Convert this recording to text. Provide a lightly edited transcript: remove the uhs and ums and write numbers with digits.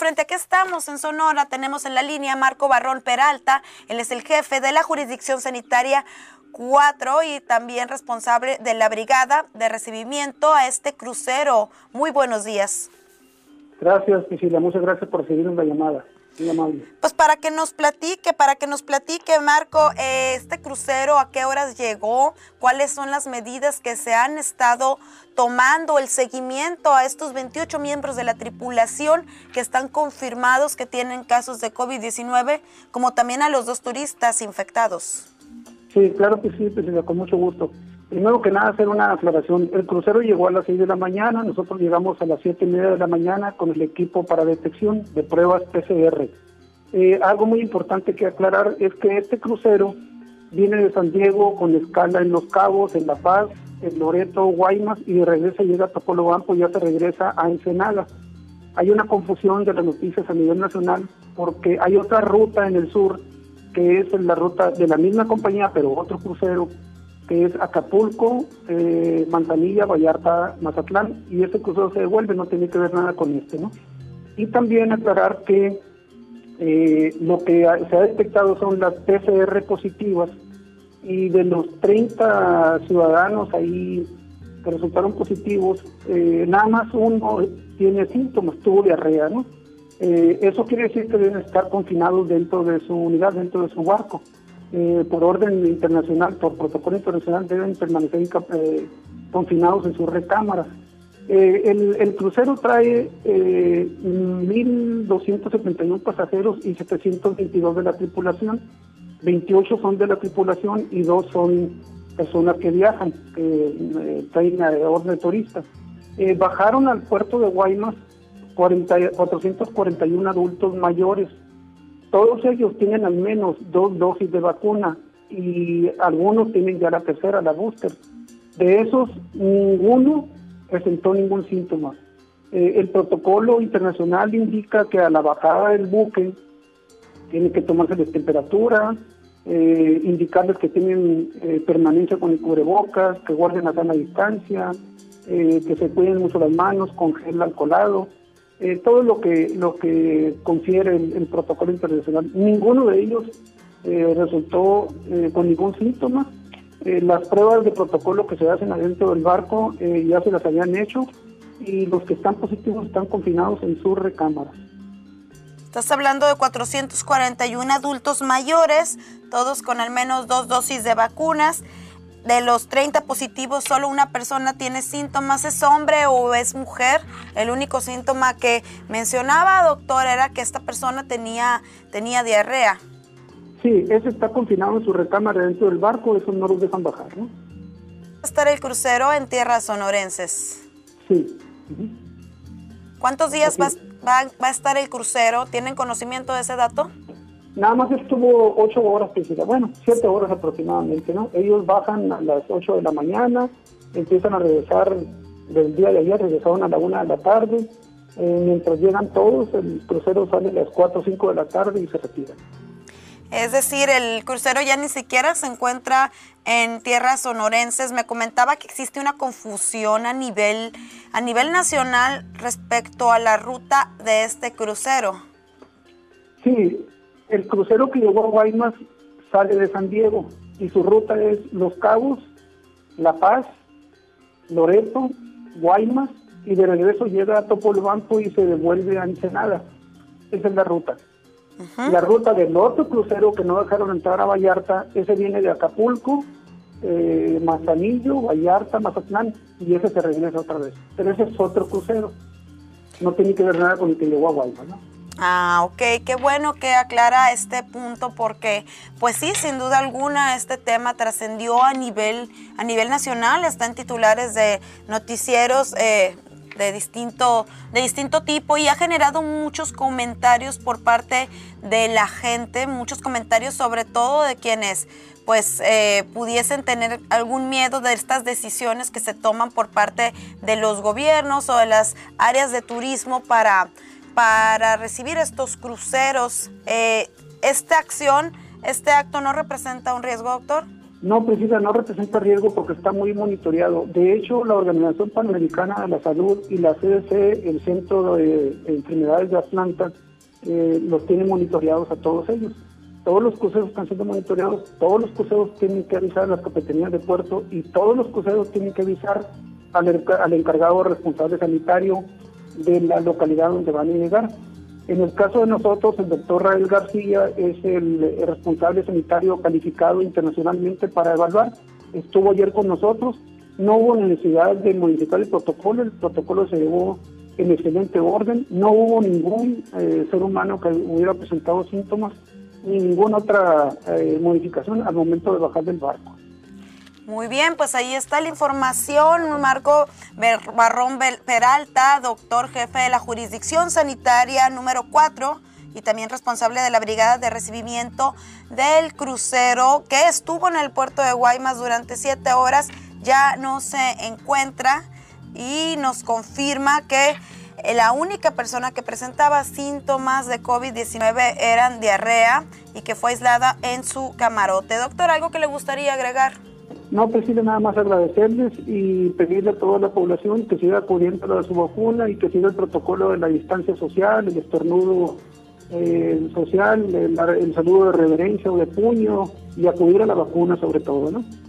frente a qué estamos en Sonora, tenemos en la línea a Marco Barrón Peralta. Él es el jefe de la Jurisdicción Sanitaria 4 y también responsable de la brigada de recibimiento a este crucero. Muy buenos días. Gracias, Priscila, muchas gracias por recibirnos la llamada. Muy amable. Pues para que nos platique, Marco, este crucero, ¿a qué horas llegó? ¿Cuáles son las medidas que se han estado tomando? El seguimiento a estos 28 miembros de la tripulación que están confirmados que tienen casos de COVID-19, como también a los 2 turistas infectados. Sí, claro que sí, Priscila, con mucho gusto. Primero que nada, hacer una aclaración. El crucero llegó a las 6 de la mañana, nosotros llegamos a las 7:30 de la mañana con el equipo para detección de pruebas PCR. Algo muy importante que aclarar es que este crucero viene de San Diego con escala en Los Cabos, en La Paz, en Loreto, Guaymas, y de regreso llega a Topolobampo y ya se regresa a Ensenada. Hay una confusión de las noticias a nivel nacional porque hay otra ruta en el sur que es la ruta de la misma compañía, pero otro crucero, que es Acapulco, Manzanilla, Vallarta, Mazatlán, y ese crucero se devuelve, no tiene que ver nada con este, ¿no? Y también aclarar que lo que se ha detectado son las PCR positivas, y de los 30 ciudadanos ahí que resultaron positivos, nada más uno tiene síntomas, tuvo diarrea, ¿no? Eso quiere decir que deben estar confinados dentro de su unidad, dentro de su barco. Por orden internacional, por protocolo internacional, deben permanecer confinados en sus recámaras. El crucero trae 1.271 pasajeros y 722 de la tripulación. 28 son de la tripulación y 2 son personas que viajan, que traen a orden de turistas. Bajaron al puerto de Guaymas 441 adultos mayores. Todos ellos tienen al menos 2 dosis de vacuna y algunos tienen ya la tercera, la booster. De esos, ninguno presentó ningún síntoma. El protocolo internacional indica que a la bajada del buque tiene que tomarse la temperatura, indicarles que tienen permanencia con el cubrebocas, que guarden la sana distancia, que se cuiden mucho las manos con gel alcoholado. Todo lo que confiere el protocolo internacional. Ninguno de ellos resultó con ningún síntoma. Las pruebas de protocolo que se hacen adentro del barco ya se las habían hecho, y los que están positivos están confinados en sus recámaras. Estás hablando de 441 adultos mayores, todos con al menos 2 dosis de vacunas. De los 30 positivos, solo una persona tiene síntomas. ¿Es hombre o es mujer? El único síntoma que mencionaba, doctor, era que esta persona tenía diarrea. Sí, ese está confinado en su recámara dentro del barco, eso no los dejan bajar, ¿no? ¿Va a estar el crucero en tierras sonorenses? Sí. ¿Cuántos días va a estar el crucero? ¿Tienen conocimiento de ese dato? Nada más estuvo 8 horas, 7 horas aproximadamente, ¿no? Ellos bajan a las 8 de la mañana, empiezan a regresar del día de ayer, regresaron a la 1 de la tarde. Mientras llegan todos, el crucero sale a las 4 o 5 de la tarde y se retira. Es decir, el crucero ya ni siquiera se encuentra en tierras sonorenses. Me comentaba que existe una confusión a nivel nacional respecto a la ruta de este crucero. Sí. El crucero que llegó a Guaymas sale de San Diego y su ruta es Los Cabos, La Paz, Loreto, Guaymas, y de regreso llega a Topolobampo y se devuelve a Ensenada. Esa es la ruta. Uh-huh. La ruta del otro crucero que no dejaron entrar a Vallarta, ese viene de Acapulco, Manzanillo, Vallarta, Mazatlán, y ese se regresa otra vez. Pero ese es otro crucero. No tiene que ver nada con el que llegó a Guaymas, ¿no? Ah, ok, qué bueno que aclara este punto porque, pues sí, sin duda alguna este tema trascendió a nivel nacional, está en titulares de noticieros de distinto tipo y ha generado muchos comentarios por parte de la gente, muchos comentarios sobre todo de quienes pues pudiesen tener algún miedo de estas decisiones que se toman por parte de los gobiernos o de las áreas de turismo para recibir estos cruceros. ¿Esta acción, este acto no representa un riesgo, doctor? No, precisa, no representa riesgo porque está muy monitoreado. De hecho, la Organización Panamericana de la Salud y la CDC, el Centro de Enfermedades de Atlanta, los tienen monitoreados a todos ellos. Todos los cruceros están siendo monitoreados, todos los cruceros tienen que avisar a las capitanías de puerto y todos los cruceros tienen que avisar al encargado responsable sanitario de la localidad donde van a llegar. En el caso de nosotros, el doctor Rael García es el responsable sanitario calificado internacionalmente para evaluar. Estuvo ayer con nosotros, no hubo necesidad de modificar el protocolo se llevó en excelente orden, no hubo ningún ser humano que hubiera presentado síntomas ni ninguna otra modificación al momento de bajar del barco. Muy bien, pues ahí está la información. Marco Barrón Peralta, doctor jefe de la Jurisdicción Sanitaria número 4 y también responsable de la Brigada de Recibimiento del crucero que estuvo en el puerto de Guaymas durante 7 horas, ya no se encuentra y nos confirma que la única persona que presentaba síntomas de COVID-19 eran diarrea y que fue aislada en su camarote. Doctor, ¿algo que le gustaría agregar? No, pues sí, nada más agradecerles y pedirle a toda la población que siga acudiendo a su vacuna y que siga el protocolo de la distancia social, el estornudo social, el saludo de reverencia o de puño y acudir a la vacuna sobre todo, ¿no?